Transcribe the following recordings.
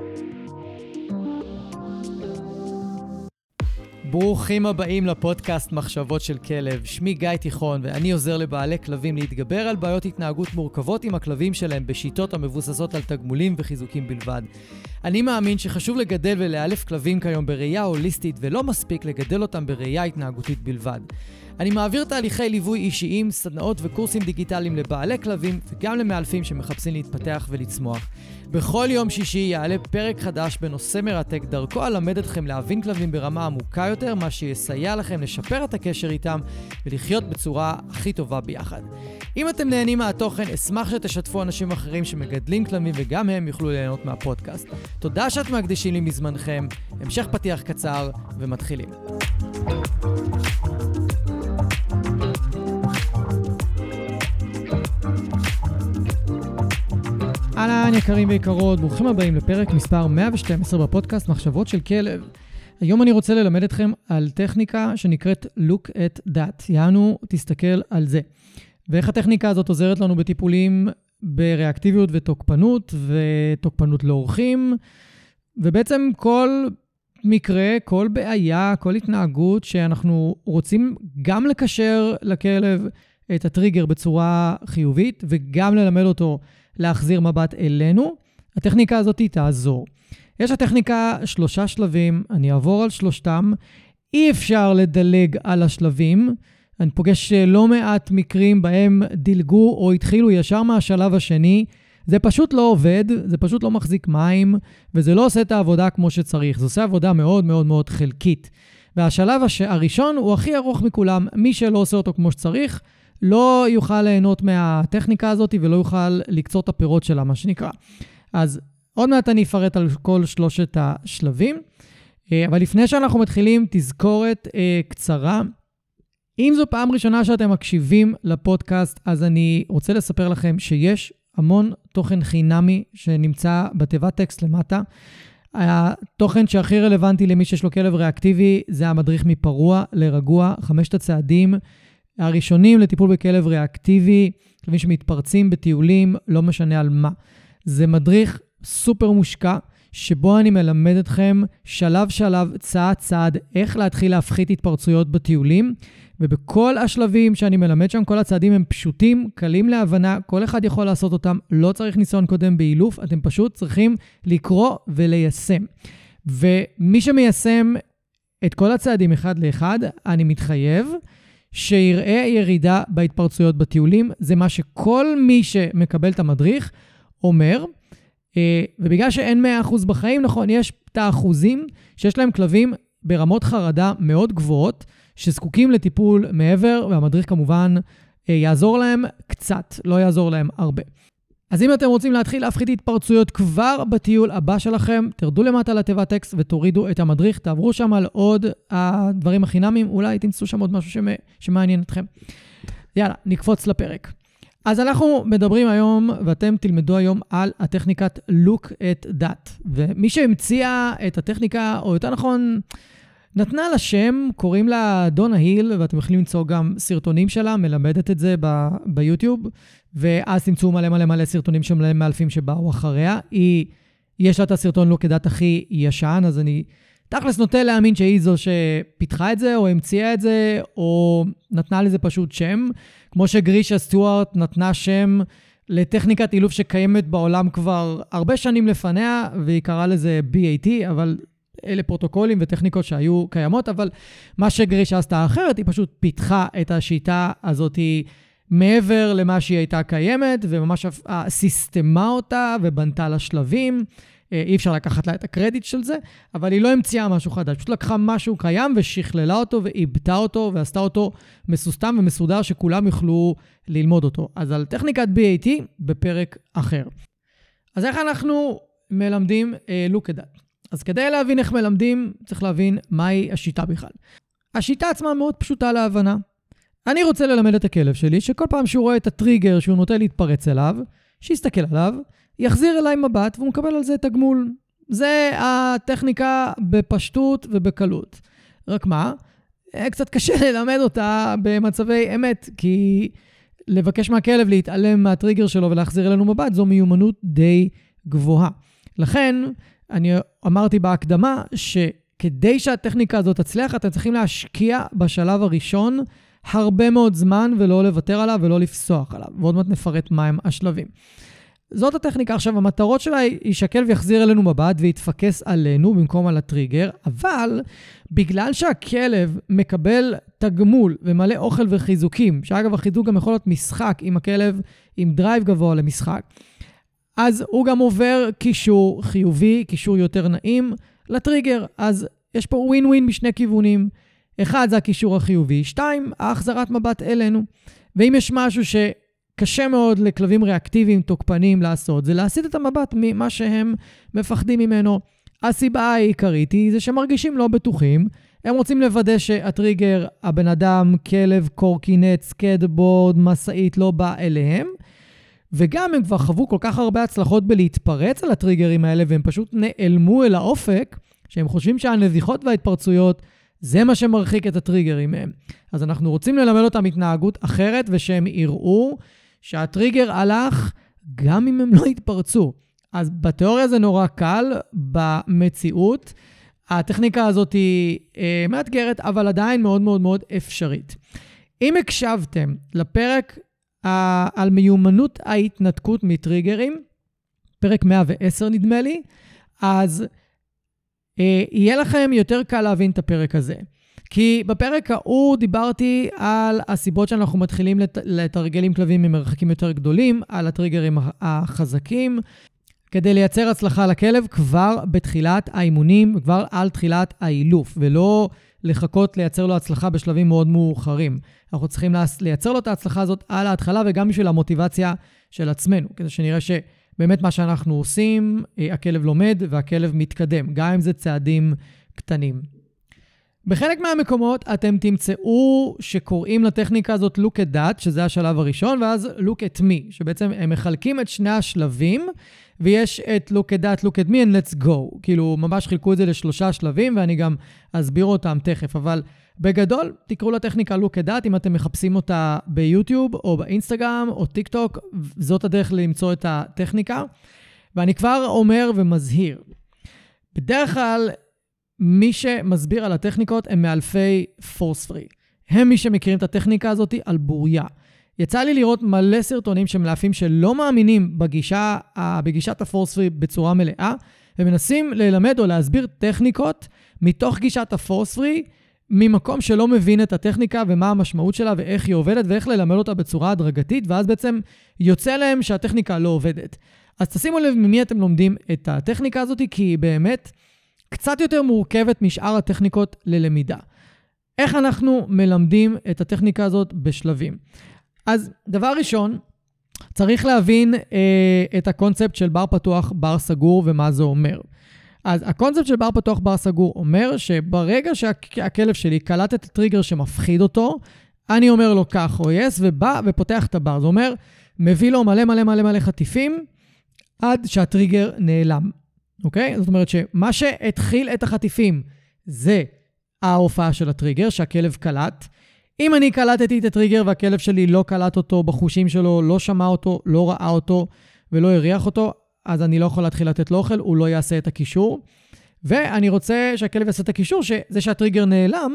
ברוכים הבאים לפודקאסט מחשבות של כלב. שמי גיא תיכון ואני עוזר לבעלי כלבים להתגבר על בעיות התנהגות מורכבות עם הכלבים שלהם בשיטות המבוססות על תגמולים וחיזוקים בלבד. אני מאמין שחשוב לגדל ולאלף כלבים כיום בראייה הוליסטית ולא מספיק לגדל אותם בראייה התנהגותית בלבד. אני מעביר תהליכי ליווי אישיים, סדנאות וקורסים דיגיטליים לבעלי כלבים וגם למאלפים שמחפשים להתפתח ולצמוח. בכל יום שישי יעלה פרק חדש בנושא מרתק, דרכו אלמד אתכם להבין כלבים ברמה עמוקה יותר, מה שיסייע לכם לשפר את הקשר איתם ולחיות בצורה הכי טובה ביחד. אם אתם נהנים מהתוכן, אשמח שתשתפו אנשים אחרים שמגדלים כלבים וגם הם יוכלו ליהנות מהפודקאסט. תודה שאתם מקדישים לי מזמנכם, המשך פתיח קצר ומתחילים. אהלן יקרים ויקרות, ברוכים הבאים לפרק מספר 112 בפודקאסט מחשבות של כלב. היום אני רוצה ללמד אתכם על טכניקה שנקראת Look at That, יענו תסתכל על זה. ואיך הטכניקה הזאת עוזרת לנו בטיפולים בריאקטיביות ותוקפנות לאורחים, ובעצם כל מקרה, כל בעיה, כל התנהגות שאנחנו רוצים גם לקשר לכלב את הטריגר בצורה חיובית וגם ללמד אותו להחזיר מבט אלינו, הטכניקה הזאת תעזור. יש הטכניקה 3 שלבים, אני אעבור על 3, אי אפשר לדלג על השלבים, אני פוגש לא מעט מקרים בהם דילגו או התחילו ישר מהשלב השני, זה פשוט לא עובד, זה פשוט לא מחזיק מים, וזה לא עושה את העבודה כמו שצריך, זה עושה עבודה מאוד מאוד מאוד חלקית. והשלב הראשון הוא הכי ארוך מכולם, מי שלא עושה אותו כמו שצריך, לא יוכל ליהנות מהטכניקה הזאת ולא יוכל לקצור את הפירות שלה, מה שנקרא. אז עוד מעט אני אפרט על כל 3 השלבים, אבל לפני שאנחנו מתחילים, תזכורת קצרה. אם זו פעם ראשונה שאתם מקשיבים לפודקאסט, אז אני רוצה לספר לכם שיש המון תוכן חינמי שנמצא בתיבת טקסט למטה. התוכן שהכי רלוונטי למי שיש לו כלב ריאקטיבי, זה המדריך מפרוע לרגוע, 5 הצעדים הראשונים לטיפול בכלב ריאקטיבי, כלבים שמתפרצים בטיולים, לא משנה על מה. זה מדריך סופר מושקע, שבו אני מלמד אתכם שלב, צעד צעד, איך להתחיל להפחית התפרצויות בטיולים, ובכל השלבים שאני מלמד שם, כל הצעדים הם פשוטים, קלים להבנה, כל אחד יכול לעשות אותם, לא צריך ניסיון קודם באילוף, אתם פשוט צריכים לקרוא וליישם. ומי שמיישם את כל הצעדים אחד לאחד, אני מתחייב שיראה ירידה בהתפרצויות בטיולים, זה מה שכל מי שמקבל את המדריך אומר, ובגלל שאין 100% בחיים, נכון, יש את האחוזים שיש להם כלבים ברמות חרדה מאוד גבוהות, שזקוקים לטיפול מעבר, והמדריך כמובן יעזור להם קצת, לא יעזור להם הרבה. אז אם אתם רוצים להתחיל להפחית התפרצויות כבר בטיול הבא שלכם, תרדו למטה לתיבת טקסט ותורידו את המדריך, תעברו שם על עוד הדברים החינמיים, אולי תמצאו שם עוד משהו שמעניין אתכם. יאללה, נקפוץ לפרק. אז אנחנו מדברים היום, ואתם תלמדו היום על הטכניקת Look at That. ומי שהמציאה את הטכניקה, או יותר נכון, נתנה לה שם, קוראים לה דונה היל, ואתם יכולים למצוא גם סרטונים שלה, מלמדת את זה ביוטיוב, ואז תמצאו מלא סרטונים שם מאלפים שבאו אחריה. יש לה את הסרטון Look at That הכי ישן, אז אני תכלס נוטה להאמין שהיא זו שפיתחה את זה, או המציאה את זה, או נתנה לזה פשוט שם, כמו שגרישה סטוארט נתנה שם לטכניקת אילוף שקיימת בעולם כבר הרבה שנים לפניה, והיא קראה לזה BAT, אבל אלה פרוטוקולים וטכניקות שהיו קיימות, אבל מה שגרישה עשתה אחרת, היא פשוט פיתחה את השיטה הזאת מעבר למה שהיא הייתה קיימת, וממש סיסטמה אותה ובנתה לה שלבים. אי אפשר לקחת לה את הקרדיט של זה, אבל היא לא המציאה משהו חדש. פשוט לקחה משהו קיים ושכללה אותו ואיבדה אותו ועשתה אותו מסוסתם ומסודר שכולם יוכלו ללמוד אותו. אז על טכניקת BAT בפרק אחר. אז איך אנחנו מלמדים Look at That? אז כדי להבין איך מלמדים, צריך להבין מהי השיטה בכלל. השיטה עצמה מאוד פשוטה להבנה. אני רוצה ללמד את הכלב שלי, שכל פעם שהוא רואה את הטריגר שהוא נוטה להתפרץ אליו, שיסתכל עליו, יחזיר אליי מבט והוא מקבל על זה תגמול. זה הטכניקה בפשטות ובקלות. רק מה? קצת קשה ללמד אותה במצבי אמת, כי לבקש מהכלב להתעלם מהטריגר שלו ולהחזיר אלינו מבט, זו מיומנות די גבוהה. לכן, אני אמרתי בהקדמה שכדי שהטכניקה הזאת תצליח, אתם צריכים להשקיע בשלב הראשון הרבה מאוד זמן ולא לוותר עליו ולא לפסוח עליו. ועוד מעט נפרט מהם השלבים. זאת הטכניקה. עכשיו, המטרות שלה יישקל ויחזיר אלינו מבט ויתפקס עלינו במקום על הטריגר, אבל בגלל שהכלב מקבל תגמול ומלא אוכל וחיזוקים, שאגב, החיזוק גם יכול להיות משחק עם הכלב עם דרייב גבוה למשחק, אז הוא גם עובר קישור חיובי, קישור יותר נעים לטריגר. אז יש פה ווין ווין בשני כיוונים. אחד, זה הקישור החיובי. 2, ההחזרת מבט אלינו. ואם יש משהו שקשה מאוד לכלבים ריאקטיביים, תוקפנים לעשות, זה להסיט את המבט ממה שהם מפחדים ממנו. הסיבה העיקרית היא זה שמרגישים לא בטוחים. הם רוצים לוודא שהטריגר, הבן אדם, כלב, קורקינט, סקייטבורד, מסעית, לא בא אליהם. וגם הם כבר חוו כל כך הרבה הצלחות בלהתפרץ על הטריגרים האלה, והם פשוט נעלמו אל האופק, שהם חושבים שהנביחות וההתפרצויות, זה מה שמרחיק את הטריגרים מהם. אז אנחנו רוצים ללמד אותם התנהגות אחרת, ושהם יראו שהטריגר הלך גם אם הם לא התפרצו. אז בתיאוריה זה נורא קל, במציאות הטכניקה הזאת היא מאתגרת, אבל עדיין מאוד מאוד מאוד אפשרית. אם הקשבתם לפרק על מיומנות ההתנתקות מטריגרים, פרק 110 נדמה לי, אז יהיה לכם יותר קל להבין את הפרק הזה. כי בפרק ההוא דיברתי על הסיבות שאנחנו מתחילים לתרגל עם כלבים ממרחקים יותר גדולים, על הטריגרים החזקים, כדי לייצר הצלחה לכלב כבר בתחילת האימונים, כבר על תחילת האילוף, ולא לחכות לייצר לו הצלחה בשלבים מאוד מאוחרים. אנחנו צריכים לייצר לו את ההצלחה הזאת על ההתחלה, וגם בשביל המוטיבציה של עצמנו, כדי שנראה שבאמת מה שאנחנו עושים, הכלב לומד והכלב מתקדם, גם אם זה צעדים קטנים. בחלק מהמקומות אתם תמצאו שקוראים לטכניקה הזאת look at that, שזה השלב הראשון, ואז look at me, שבעצם הם מחלקים את שני השלבים, ויש את look at that, look at me and let's go. כאילו ממש חילקו את זה לשלושה שלבים, ואני גם אסביר אותם תכף, אבל בגדול תקראו לטכניקה look at that, אם אתם מחפשים אותה ביוטיוב או באינסטגרם או טיק טוק, זאת הדרך למצוא את הטכניקה. ואני כבר אומר ומזהיר, בדרך כלל מי שמסביר על הטכניקות הם מאלפי פורס פרי. הם מי שמכירים את הטכניקה הזאת על בוריה. יצא לי לראות מלא סרטונים שמלאפים שלא מאמינים בגישת הפורס פרי בצורה מלאה, ומנסים ללמד או להסביר טכניקות מתוך גישת הפורס פרי, ממקום שלא מבין את הטכניקה ומה המשמעות שלה ואיך היא עובדת ואיך ללמד אותה בצורה הדרגתית, ואז בעצם יוצא להם שהטכניקה לא עובדת. אז תשימו לב ממי אתם לומדים את הטכניקה הזאת, כי היא באמת קצת יותר מורכבת משאר הטכניקות ללמידה. איך אנחנו מלמדים את הטכניקה הזאת בשלבים? אז דבר ראשון, צריך להבין את הקונספט של בר פתוח, בר סגור ומה זה אומר. אז הקונספט של בר פתוח, בר סגור אומר שברגע שהכלב שלי קלט את הטריגר שמפחיד אותו, אני אומר לו כך או יס, ובא ופותח את הבר. זה אומר, מביא לו מלא מלא מלא מלא חטיפים, עד שהטריגר נעלם. אוקיי? זאת אומרת שמה שהתחיל את החטיפים זה ההופעה של הטריגר, שהכלב קלט. אם אני קלטתי את הטריגר והכלב שלי לא קלט אותו בחושים שלו, לא שמע אותו, לא ראה אותו ולא הריח אותו, אז אני לא יכול להתחיל לתת לו אוכל, הוא לא יעשה את הקישור. ואני רוצה שהכלב יעשה את הקישור, שזה שהטריגר נעלם,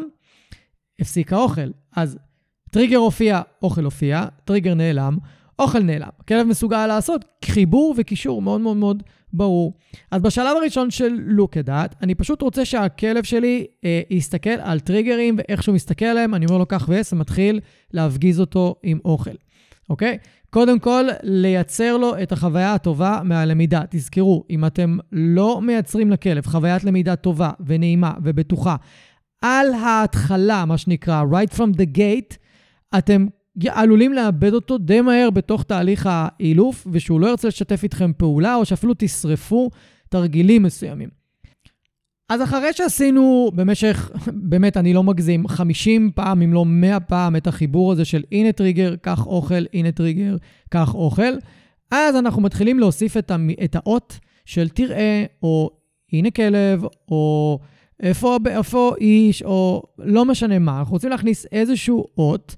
הפסיק האוכל. אז טריגר הופיע, אוכל הופיע, טריגר נעלם, אוכל נעלם. הכלב מסוגל לעשות חיבור וקישור מאוד מאוד מאוד ברור. אז בשלב הראשון של look at that, אני פשוט רוצה שהכלב שלי יסתכל על טריגרים, ואיך שהוא מסתכל עליהם, אני אומר לו כך ומתחיל להפגיז אותו עם אוכל. אוקיי? קודם כל, לייצר לו את החוויה הטובה מהלמידה. תזכרו, אם אתם לא מייצרים לכלב חוויית למידה טובה ונעימה ובטוחה, על ההתחלה, מה שנקרא, right from the gate, אתם עלולים לאבד אותו די מהר בתוך תהליך האילוף, ושהוא לא ירצה לשתף איתכם פעולה, או שאפילו תשרפו תרגילים מסוימים. אז אחרי שעשינו במשך, באמת אני לא מגזים, 50 פעם, אם לא 100 פעם, את החיבור הזה של הנה טריגר, כך אוכל, הנה טריגר, כך אוכל, אז אנחנו מתחילים להוסיף את האות של תראה, או הנה כלב, או איפה איש, או לא משנה מה. אנחנו רוצים להכניס איזשהו אות,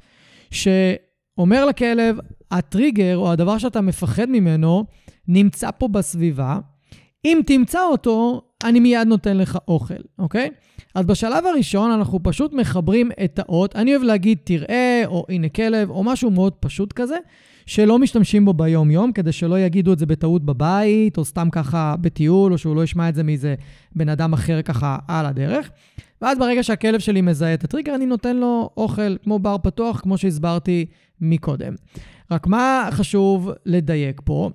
שאומר לכלב, הטריגר או הדבר שאתה מפחד ממנו נמצא פה בסביבה. אם תמצא אותו, אני מיד נותן לך אוכל, אוקיי? אז בשלב הראשון אנחנו פשוט מחברים את האות, אני אוהב להגיד תראה, או הנה כלב, או משהו מאוד פשוט כזה, שלא משתמשים בו ביום יום, כדי שלא יגידו את זה בטעות בבית, או סתם ככה בטיול, או שהוא לא ישמע את זה מאיזה בן אדם אחר ככה על הדרך. ואז ברגע שהכלב שלי מזהה את הטריגר, אני נותן לו אוכל כמו בר פתוח, כמו שהסברתי מקודם. רק מה חשוב לדייק פה?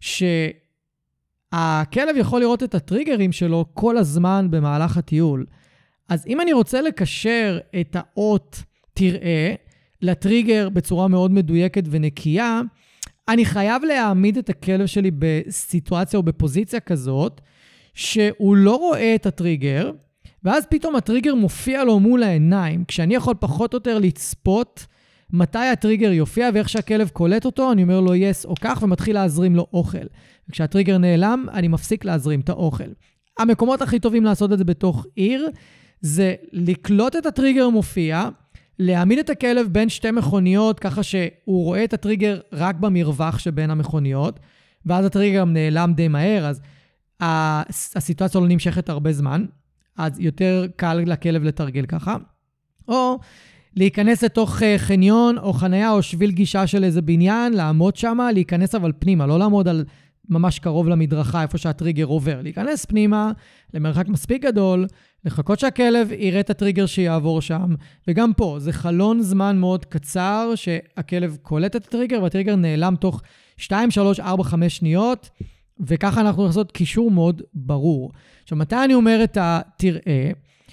שהכלב יכול לראות את הטריגרים שלו כל הזמן במהלך הטיול. אז אם אני רוצה לקשר את האות תראה לטריגר בצורה מאוד מדויקת ונקייה, אני חייב להעמיד את הכלב שלי בסיטואציה או בפוזיציה כזאת, שהוא לא רואה את הטריגר, ואז פתאום הטריגר מופיע לו מול העיניים, כשאני יכול פחות או יותר לצפות מתי הטריגר יופיע, ואיך שהכלב קולט אותו, אני אומר לו yes או כך, ומתחיל להזרים לו אוכל. וכשהטריגר נעלם, אני מפסיק להזרים את האוכל. המקומות הכי טובים לעשות את זה בתוך עיר, זה לקלוט את הטריגר מופיע, להעמיד את הכלב בין שתי מכוניות, ככה שהוא רואה את הטריגר רק במרווח שבין המכוניות, ואז הטריגר נעלם די מהר, אז הסיטואציה לא נמשכת הרבה זמן, אז יותר קל לכלב לתרגל ככה. או להיכנס לתוך חניון או חניה או שביל גישה של איזה בניין, לעמוד שם, להיכנס אבל פנימה, לא לעמוד על ממש קרוב למדרכה, איפה שהטריגר עובר. להיכנס פנימה, למרחק מספיק גדול, לחכות שהכלב יראה את הטריגר שיעבור שם. וגם פה, זה חלון זמן מאוד קצר, שהכלב קולט את הטריגר, והטריגר נעלם תוך 2, 3, 4, 5 שניות, וככה אנחנו נעשות קישור מאוד ברור. עכשיו, מתי אני אומר את התראה?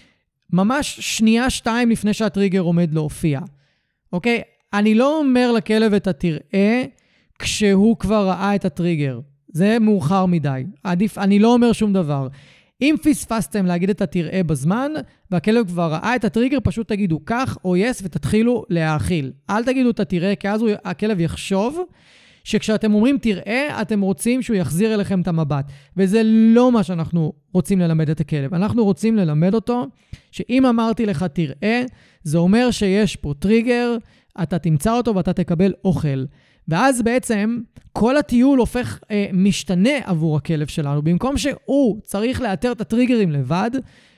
ממש שנייה 2 לפני שהטריגר עומד להופיע. אוקיי? אני לא אומר לכלב את התראה כשהוא כבר ראה את הטריגר. זה מאוחר מדי. עדיף, אני לא אומר שום דבר. אם פספסתם להגיד את התראה בזמן, והכלב כבר ראה את הטריגר, פשוט תגידו כך או yes ותתחילו להאכיל. אל תגידו את התראה, כי אז הכלב יחשוב שכשאתם אומרים תראה, אתם רוצים שהוא יחזיר אליכם את המבט. וזה לא מה שאנחנו רוצים ללמד את הכלב. אנחנו רוצים ללמד אותו שאם אמרתי לך תראה, זה אומר שיש פה טריגר, אתה תמצא אותו ואתה תקבל אוכל. ואז בעצם כל הטיול הופך משתנה עבור הכלב שלנו. במקום שהוא צריך לאתר את הטריגרים לבד,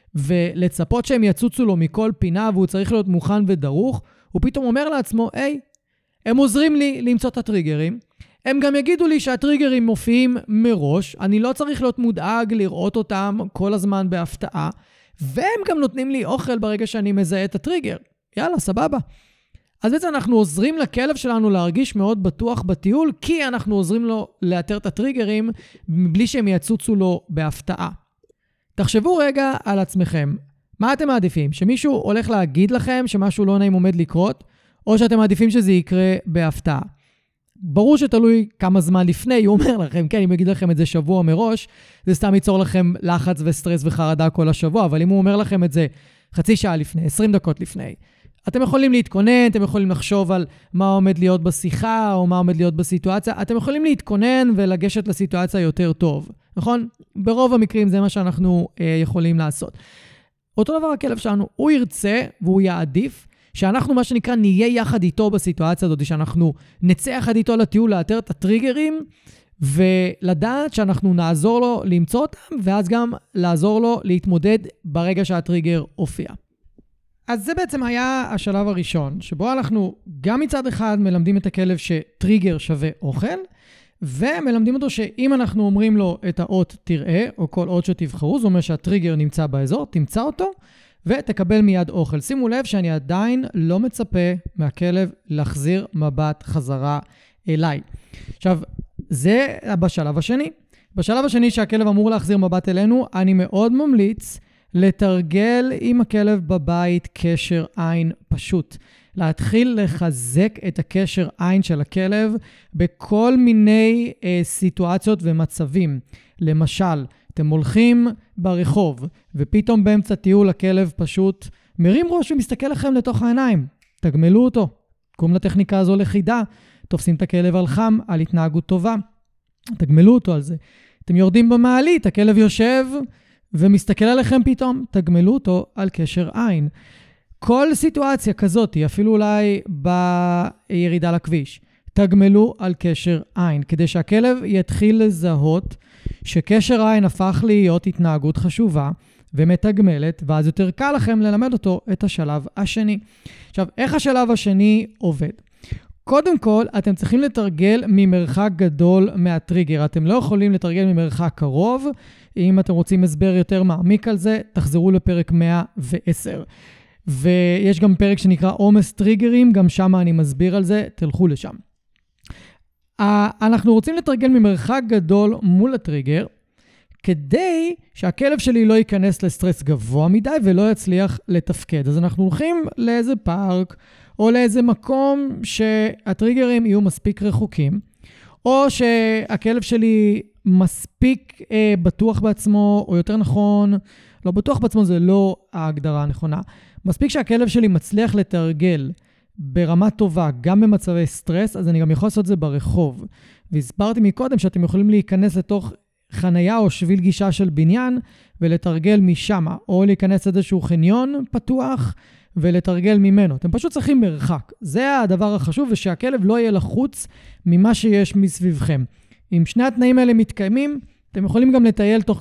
ולצפות שהם יצוצו לו מכל פינה, והוא צריך להיות מוכן ודרוך, הוא פתאום אומר לעצמו, היי, הם עוזרים לי למצוא את הטריגרים, הם גם יגידו לי שהטריגרים מופיעים מראש, אני לא צריך להיות מודאג לראות אותם כל הזמן בהפתעה, והם גם נותנים לי אוכל ברגע שאני מזהה את הטריגר. יאללה, סבבה. אז בעצם אנחנו עוזרים לכלב שלנו להרגיש מאוד בטוח בטיול, כי אנחנו עוזרים לו לאתר את הטריגרים, בלי שהם יצוצו לו בהפתעה. תחשבו רגע על עצמכם. מה אתם מעדיפים? שמישהו הולך להגיד לכם שמשהו לא נעים עומד לקרות, או שאתם מעדיפים שזה יקרה בהפתעה? ברור שתלוי כמה זמן לפני, הוא אומר לכם, כן, אם יגיד לכם את זה שבוע מראש, זה סתם ייצור לכם לחץ וסטרס וחרדה כל השבוע, אבל אם הוא אומר לכם את זה חצי שעה לפני, 20 דקות לפני, אתם יכולים להתכונן, אתם יכולים לחשוב על מה עומד להיות בשיחה, או מה עומד להיות בסיטואציה, אתם יכולים להתכונן ולגשת לסיטואציה יותר טוב, נכון? ברוב המקרים זה מה שאנחנו יכולים לעשות. אותו דבר הכלב שלנו, הוא ירצה והוא יעדיף, שאנחנו מה שנקרא נהיה יחד איתו בסיטואציה הזאת, שאנחנו נצא יחד איתו לטיול לאתר את הטריגרים, ולדעת שאנחנו נעזור לו למצוא אותם, ואז גם לעזור לו להתמודד ברגע שהטריגר הופיע. אז זה בעצם היה השלב הראשון, שבו אנחנו גם מצד אחד מלמדים את הכלב שטריגר שווה אוכל, ומלמדים אותו שאם אנחנו אומרים לו את האות תראה, או כל אות שתבחרו, זאת אומרת שהטריגר נמצא באזור, תמצא אותו, ותקבל מיד אוכל. שימו לב שאני עדיין לא מצפה מהכלב להחזיר מבט חזרה אליי. עכשיו, זה בשלב השני. בשלב השני שהכלב אמור להחזיר מבט אלינו, אני מאוד ממליץ לתרגל עם הכלב בבית קשר עין פשוט. להתחיל לחזק את הקשר עין של הכלב בכל מיני סיטואציות ומצבים. למשל, אתם הולכים ברחוב, ופתאום באמצע טיול הכלב פשוט מרים ראש ומסתכל לכם לתוך העיניים. תגמלו אותו. קום לטכניקה הזו לחידה. תופסים את הכלב על חם, על התנהגות טובה. תגמלו אותו על זה. אתם יורדים במעלית, הכלב יושב ומסתכל עליכם פתאום. תגמלו אותו על קשר עין. כל סיטואציה כזאת, אפילו אולי בירידה לכביש, תגמלו על קשר עין, כדי שהכלב יתחיל לזהות שקשר עין הפך להיות התנהגות חשובה ומתגמלת, ואז יותר קל לכם ללמד אותו את השלב השני. עכשיו, איך השלב השני עובד? קודם כל, אתם צריכים לתרגל ממרחק גדול מהטריגר. אתם לא יכולים לתרגל ממרחק קרוב. אם אתם רוצים הסבר יותר מעמיק על זה, תחזרו לפרק 110. ויש גם פרק שנקרא עומס טריגרים, גם שם אני מסביר על זה, תלכו לשם. אנחנו רוצים לתרגל ממרחק גדול מול הטריגר, כדי שהכלב שלי לא ייכנס לסטרס גבוה מדי ולא יצליח לתפקד. אז אנחנו הולכים לאיזה פארק, או לאיזה מקום שהטריגרים יהיו מספיק רחוקים, או שהכלב שלי מספיק בטוח בעצמו, או יותר נכון, לא בטוח בעצמו זה לא ההגדרה הנכונה. מספיק שהכלב שלי מצליח לתרגל ברמה טובה, גם במצבי סטרס, אז אני גם יכול לעשות זה ברחוב. והסברתי מקודם שאתם יכולים להיכנס לתוך חנייה או שביל גישה של בניין, ולתרגל משם, או להיכנס לאיזשהו חניון פתוח, ולתרגל ממנו. אתם פשוט צריכים מרחק. זה הדבר החשוב, ושהכלב לא יהיה לחוץ ממה שיש מסביבכם. אם שני התנאים האלה מתקיימים, אתם יכולים גם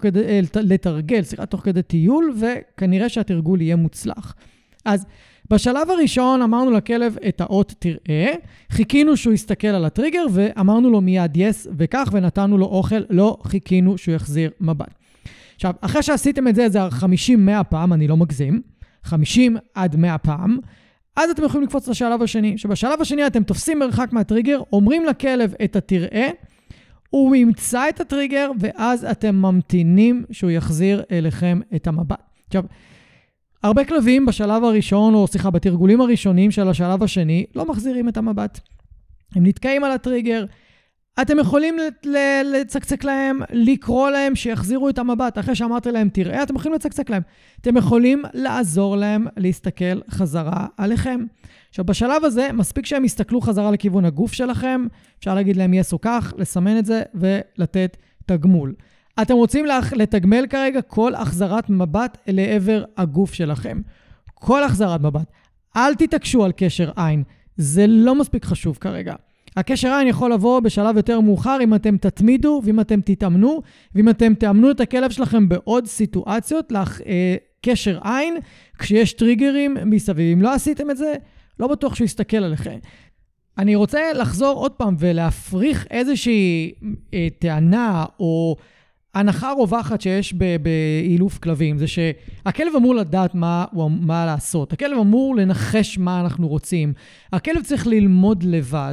לתרגל תוך כדי טיול, וכנראה שהתרגול יהיה מוצלח. אז בשלב הראשון אמרנו לכלב את האות תראה, חיכינו שהוא יסתכל על הטריגר, ואמרנו לו מיד yes וכך, ונתנו לו אוכל, לא חיכינו שהוא יחזיר מבט. עכשיו, אחרי שעשיתם את זה, זה 50-100 פעם, אני לא מגזים, 50 עד 100 פעם, אז אתם יכולים לקפוץ לשלב השני, שבשלב השני אתם תופסים מרחק מהטריגר, אומרים לכלב את התראה, הוא ימצא את הטריגר, ואז אתם ממתינים שהוא יחזיר אליכם את המבט. עכשיו, הרבה כלבים בשלב הראשון, או סליחה, בתרגולים הראשונים של השלב השני, לא מחזירים את המבט. הם נתקעים על הטריגר. אתם יכולים לצקצק להם, לקרוא להם שיחזירו את המבט. אחרי שאמרתי להם תראה, אתם יכולים לצקצק להם. אתם יכולים לעזור להם להסתכל חזרה עליכם. עכשיו, בשלב הזה, מספיק שהם יסתכלו חזרה לכיוון הגוף שלכם, אפשר להגיד להם yes או כך, לסמן את זה ולתת תגמול. אתם רוצים לתגמל כרגע כל החזרת מבט לעבר הגוף שלכם. כל החזרת מבט. אל תתעקשו על קשר עין. זה לא מספיק חשוב כרגע. הקשר עין יכול לבוא בשלב יותר מאוחר אם אתם תתמידו, ואם אתם תתאמנו, ואם אתם תאמנו את הכלב שלכם בעוד סיטואציות לקשר עין, כשיש טריגרים מסביב. אם לא עשיתם את זה, לא בטוח שהוא יסתכל עליכם. אני רוצה לחזור עוד פעם ולהפריך איזושהי טענה או הנחה רווחת שיש באילוף כלבים, זה שהכלב אמור לדעת מה לעשות. הכלב אמור לנחש מה אנחנו רוצים. הכלב צריך ללמוד לבד.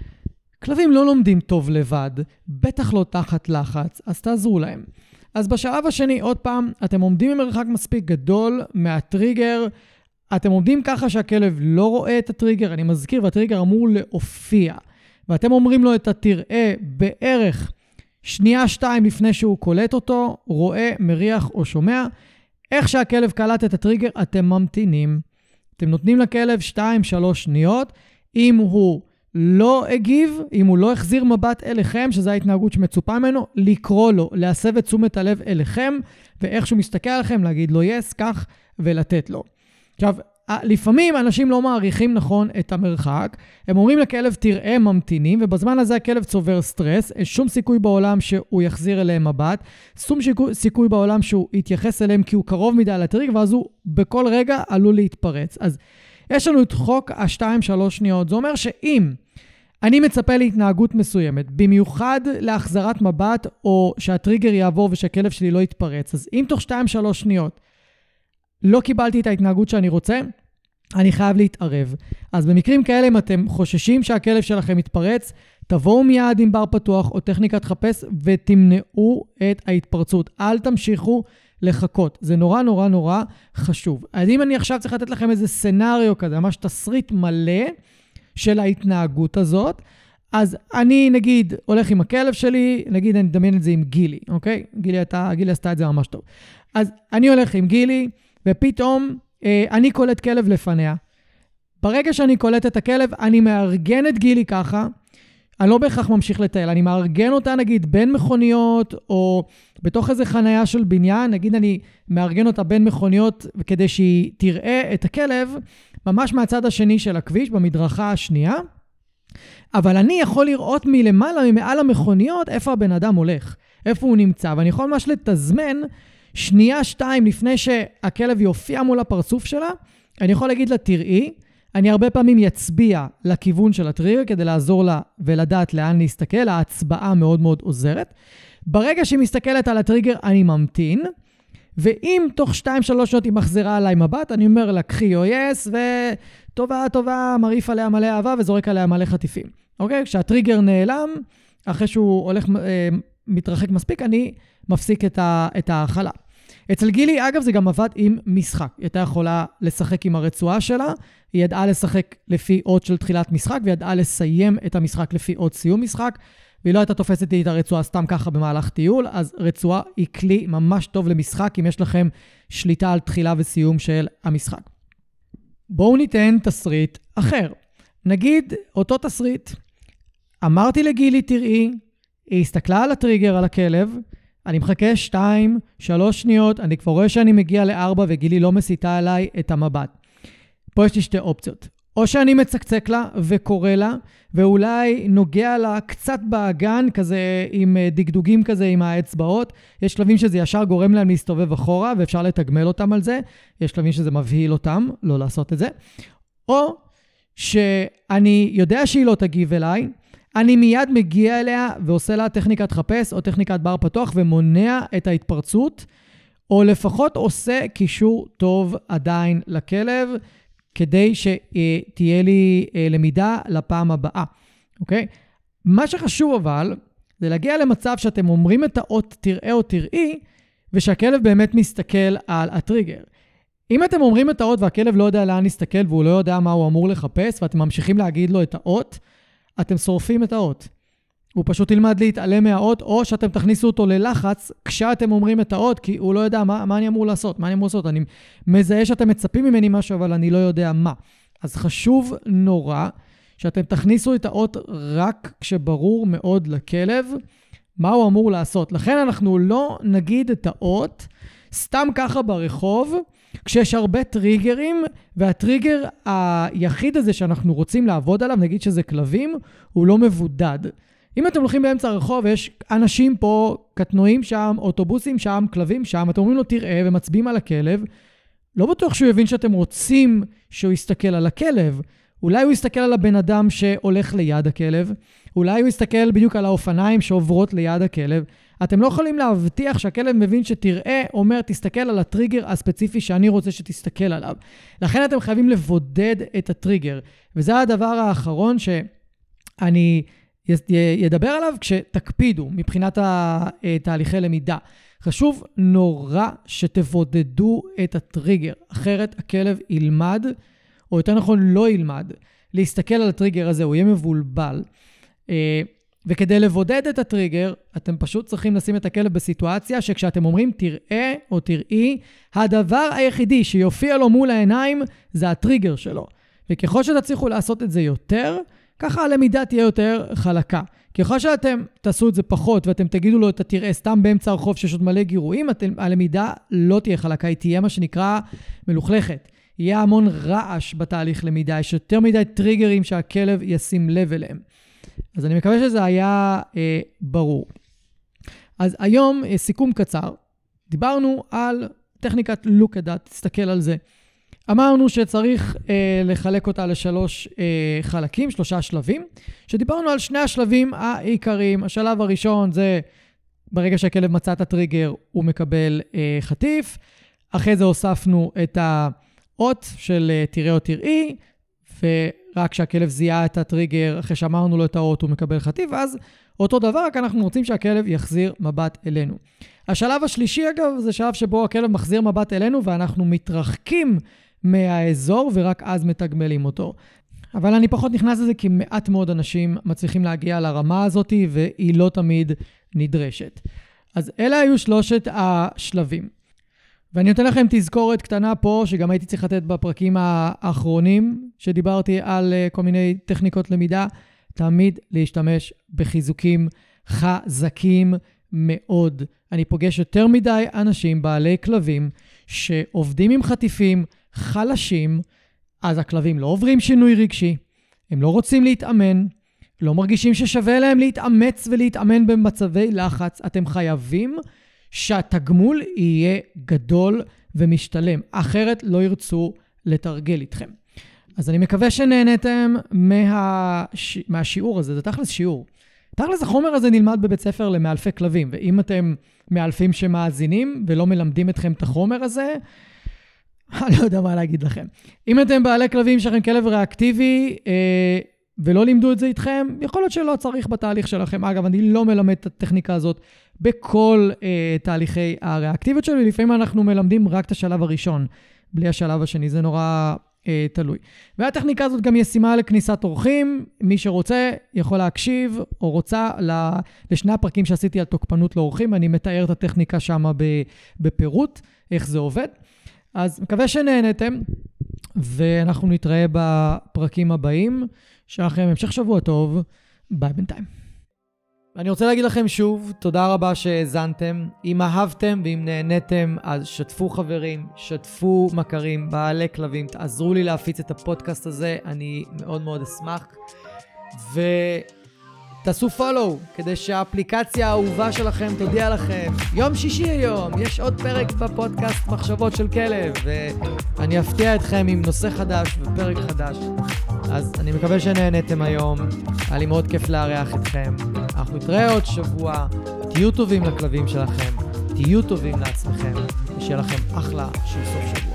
כלבים לא לומדים טוב לבד, בטח לא תחת לחץ, אז תעזרו להם. אז בשלב השני, עוד פעם, אתם עומדים במרחק מספיק גדול מהטריגר, אתם עומדים ככה שהכלב לא רואה את הטריגר, אני מזכיר, והטריגר אמור להופיע. ואתם אומרים לו את התראה בערך שנייה 2 לפני שהוא קולט אותו, רואה, מריח או שומע. איך שהכלב קלט את הטריגר, אתם ממתינים. אתם נותנים לכלב 2-3 שניות. אם הוא לא הגיב, אם הוא לא החזיר מבט אליכם, שזו ההתנהגות שמצופה ממנו, לקרוא לו, להסב את תשומת הלב אליכם, ואיך שהוא מסתכל עליכם, להגיד לו yes, כך, ולתת לו. עכשיו, לפעמים אנשים לא מעריכים נכון את המרחק, הם אומרים לכלב תראה ממתינים, ובזמן הזה הכלב צובר סטרס, שום סיכוי בעולם שהוא יחזיר אליהם מבט, שום סיכוי בעולם שהוא יתייחס אליהם כי הוא קרוב מדי לטריגר, ואז הוא בכל רגע עלול להתפרץ. אז יש לנו את חוק 2-3 שניות, זה אומר שאם אני מצפה להתנהגות מסוימת, במיוחד להחזרת מבט, או שהטריגר יעבור ושהכלב שלי לא יתפרץ, אז אם תוך 2-3 שניות לא קיבלתי את ההתנהגות שאני רוצה, אני חייב להתערב. אז במקרים כאלה, אם אתם חוששים שהכלב שלכם יתפרץ, תבואו מיד עם בר פתוח או טכניקת חפש ותמנעו את ההתפרצות. אל תמשיכו לחכות. זה נורא נורא נורא חשוב. אז אם אני עכשיו צריך לתת לכם איזה סנריו כזה, ממש תסריט מלא של ההתנהגות הזאת, אז אני נגיד הולך עם הכלב שלי, נגיד אני אדמיין את זה עם גילי, אוקיי? גילי עשתה את זה ממש טוב. אז אני הולך עם גילי, ופתאום אני קולט כלב לפניה. ברגע שאני קולט את הכלב, אני מארגן את גילי ככה, אני לא בהכרח ממשיך לטייל, אני מארגן אותה נגיד בין מכוניות, או בתוך איזה חנייה של בניין, נגיד אני מארגן אותה בין מכוניות, כדי שהיא תראה את הכלב, ממש מהצד השני של הכביש, במדרכה השנייה, אבל אני יכול לראות מלמעלה, מעל המכוניות, איפה הבן אדם הולך. איפה הוא נמצא, ואני יכול ממש לתזמן שנייה 2 לפני שהכלב יופיע מול הפרצוף שלה, אני יכול להגיד לה, תראי, אני הרבה פעמים יצביע לכיוון של הטריגר כדי לעזור לה ולדעת לאן להסתכל, ההצבעה מאוד מאוד עוזרת. ברגע שהיא מסתכלת על הטריגר, אני ממתין, ואם תוך 2-3 שעות היא מחזירה עליי מבט, אני אומר לה, קחי או יס, וטובה, מריף עליה מלא אהבה וזורק עליה מלא חטיפים. אוקיי? כשהטריגר נעלם, אחרי שהוא הולך, מתרחק מספיק, אני מפסיק את ההאכלה. אצל גילי, אגב, זה גם עבד עם משחק. היא הייתה יכולה לשחק עם הרצועה שלה, היא ידעה לשחק לפי אות של תחילת משחק, והיא ידעה לסיים את המשחק לפי אות סיום משחק, והיא לא הייתה תופסת את הרצועה סתם ככה במהלך טיול, אז רצועה היא כלי ממש טוב למשחק, אם יש לכם שליטה על תחילה וסיום של המשחק. בואו ניתן תסריט אחר. נגיד, אותו תסריט, אמרתי לגילי, תראי, היא הסתכלה על הטריגר, על הכלב, אני מחכה 2-3 שניות, אני כבר רואה שאני מגיע ל4 וגילי לא מסיתה עליי את המבט. פה יש לי 2 אופציות. או שאני מצקצק לה וקורא לה, ואולי נוגע לה קצת באגן, כזה עם דגדוגים כזה עם האצבעות. יש כלבים שזה ישר גורם להם להסתובב אחורה, ואפשר לתגמל אותם על זה. יש כלבים שזה מבהיל אותם, לא לעשות את זה. או שאני יודע שהיא לא תגיב אליי, אני מיד מגיע אליה ועושה לה טכניקת חפש או טכניקת בר פתוח ומונע את ההתפרצות, או לפחות עושה קישור טוב עדיין לכלב, כדי שתהיה לי למידה לפעם הבאה. אוקיי? מה שחשוב אבל, זה להגיע למצב שאתם אומרים את האות תראה או תראי, ושהכלב באמת מסתכל על הטריגר. אם אתם אומרים את האות והכלב לא יודע לאן להסתכל, והוא לא יודע מה הוא אמור לחפש, ואתם ממשיכים להגיד לו את האות, אתם שורפים את האות. הוא פשוט ילמד להתעלם מהאות, או שאתם תכניסו אותו ללחץ כשאתם אומרים את האות, כי הוא לא יודע מה אני אמור לעשות, אני מזהה שאתם מצפים ממני משהו, אבל אני לא יודע מה. אז חשוב נורא שאתם תכניסו את האות רק כשברור מאוד לכלב מה הוא אמור לעשות. לכן אנחנו לא נגיד את האות סתם ככה ברחוב, כשיש הרבה טריגרים, והטריגר היחיד הזה שאנחנו רוצים לעבוד עליו, נגיד שזה כלבים, הוא לא מבודד. אם אתם הולכים באמצע הרחוב, יש אנשים פה, קטנועים שם, אוטובוסים שם, כלבים שם, אתם אומרים לו תראה ומצביעים על הכלב, לא בטוח שהוא יבין שאתם רוצים שהוא יסתכל על הכלב. אולי הוא יסתכל על הבן אדם שהולך ליד הכלב, אולי הוא יסתכל בדיוק על האופניים שעוברות ליד הכלב. אתם לא יכולים להבטיח שהכלב מבין שתראה, אומר, תסתכל על הטריגר הספציפי שאני רוצה שתסתכל עליו. לכן אתם חייבים לבודד את הטריגר. וזה הדבר האחרון שאני ידבר עליו כשתקפידו מבחינת תהליכי למידה. חשוב נורא שתבודדו את הטריגר, אחרת הכלב ילמד, או יותר נכון לא ילמד, להסתכל על הטריגר הזה, הוא יהיה מבולבל. וכדי לבודד את הטריגר, אתם פשוט צריכים לשים את הכלב בסיטואציה שכשאתם אומרים תראה או תראי, הדבר היחידי שיופיע לו מול העיניים זה הטריגר שלו. וככל שתצליחו לעשות את זה יותר, ככה הלמידה תהיה יותר חלקה. ככל שאתם תעשו את זה פחות ואתם תגידו לו את התראה סתם באמצע הרחוב שיש עוד מלא גירויים, הלמידה לא תהיה חלקה, היא תהיה מה שנקרא מלוכלכת. יהיה המון רעש בתהליך למידה, יש יותר מדי טריגרים שהכלב ישים לב אליהם. אז אני מקווה שזה היה ברור. אז היום, סיכום קצר, דיברנו על טכניקת look at that, תסתכל על זה. אמרנו שצריך לחלק אותה לשלוש חלקים, 3 שלבים, שדיברנו על 2 השלבים העיקריים. השלב הראשון זה ברגע שהכלב מצא את הטריגר, הוא מקבל חטיף. אחרי זה הוספנו את האות של תראה או תראי, ורק כשהכלב זיהה את הטריגר, אחרי שאמרנו לו את האות, הוא מקבל חטיף, ואז אותו דבר, רק אנחנו רוצים שהכלב יחזיר מבט אלינו. השלב השלישי, אגב, זה שלב שבו הכלב מחזיר מבט אלינו, ואנחנו מתרחקים מהאזור, ורק אז מתגמלים אותו. אבל אני פחות נכנס לזה, כי מעט מאוד אנשים מצליחים להגיע לרמה הזאת, והיא לא תמיד נדרשת. אז אלה היו 3 השלבים. ואני נותן לכם תזכורת קטנה פה, שגם הייתי צריך לתת בפרקים האחרונים, שדיברתי על כל מיני טכניקות למידה, תמיד להשתמש בחיזוקים חזקים מאוד. אני פוגש יותר מדי אנשים, בעלי כלבים, שעובדים עם חטיפים חלשים, אז הכלבים לא עוברים שינוי רגשי, הם לא רוצים להתאמן, לא מרגישים ששווה להם להתאמץ ולהתאמן במצבי לחץ, אתם חייבים שהתגמול יהיה גדול ומשתלם. אחרת לא ירצו לתרגל איתכם. אז אני מקווה שנהנתם מהשיעור הזה. זה תכלס שיעור. תכלס החומר הזה נלמד בבית ספר למאלפי כלבים. ואם אתם מאלפים שמאזינים ולא מלמדים אתכם את החומר הזה, אני לא יודע מה להגיד לכם. אם אתם בעלי כלבים שלכם כלב ריאקטיבי, ולא לימדו את זה איתכם, יכול להיות שלא צריך בתהליך שלכם. אגב, אני לא מלמד את הטכניקה הזאת בכל תהליכי הריאקטיביות שלי. לפעמים אנחנו מלמדים רק את השלב הראשון, בלי השלב השני. זה נורא תלוי. והטכניקה הזאת גם ישימה לכניסת אורחים. מי שרוצה יכול להקשיב, או רוצה לשני הפרקים שעשיתי על תוקפנות לאורחים. אני מתאר את הטכניקה שם בפירוט, איך זה עובד. אז מקווה שנהנתם, ואנחנו נתראה בפרקים הבאים. שלכם המשך שבוע טוב, ביי בינתיים. אני רוצה להגיד לכם שוב, תודה רבה שהאזנתם. אם אהבתם ואם נהניתם, אז שתפו חברים, שתפו מכרים, בעלי כלבים, תעזרו לי להפיץ את הפודקאסט הזה, אני מאוד מאוד אשמח. ותעשו פולו, כדי שהאפליקציה האהובה שלכם תודיע לכם. יום שישי היום, יש עוד פרק בפודקאסט מחשבות של כלב, ואני אפתיע אתכם עם נושא חדש ופרק חדש. אז אני מקווה שנהנתם היום, היה לי מאוד כיף לארח אתכם. אנחנו נתראה עוד שבוע, תהיו טובים לכלבים שלכם, תהיו טובים לעצמכם, ושיהיה לכם אחלה של סוף שבוע.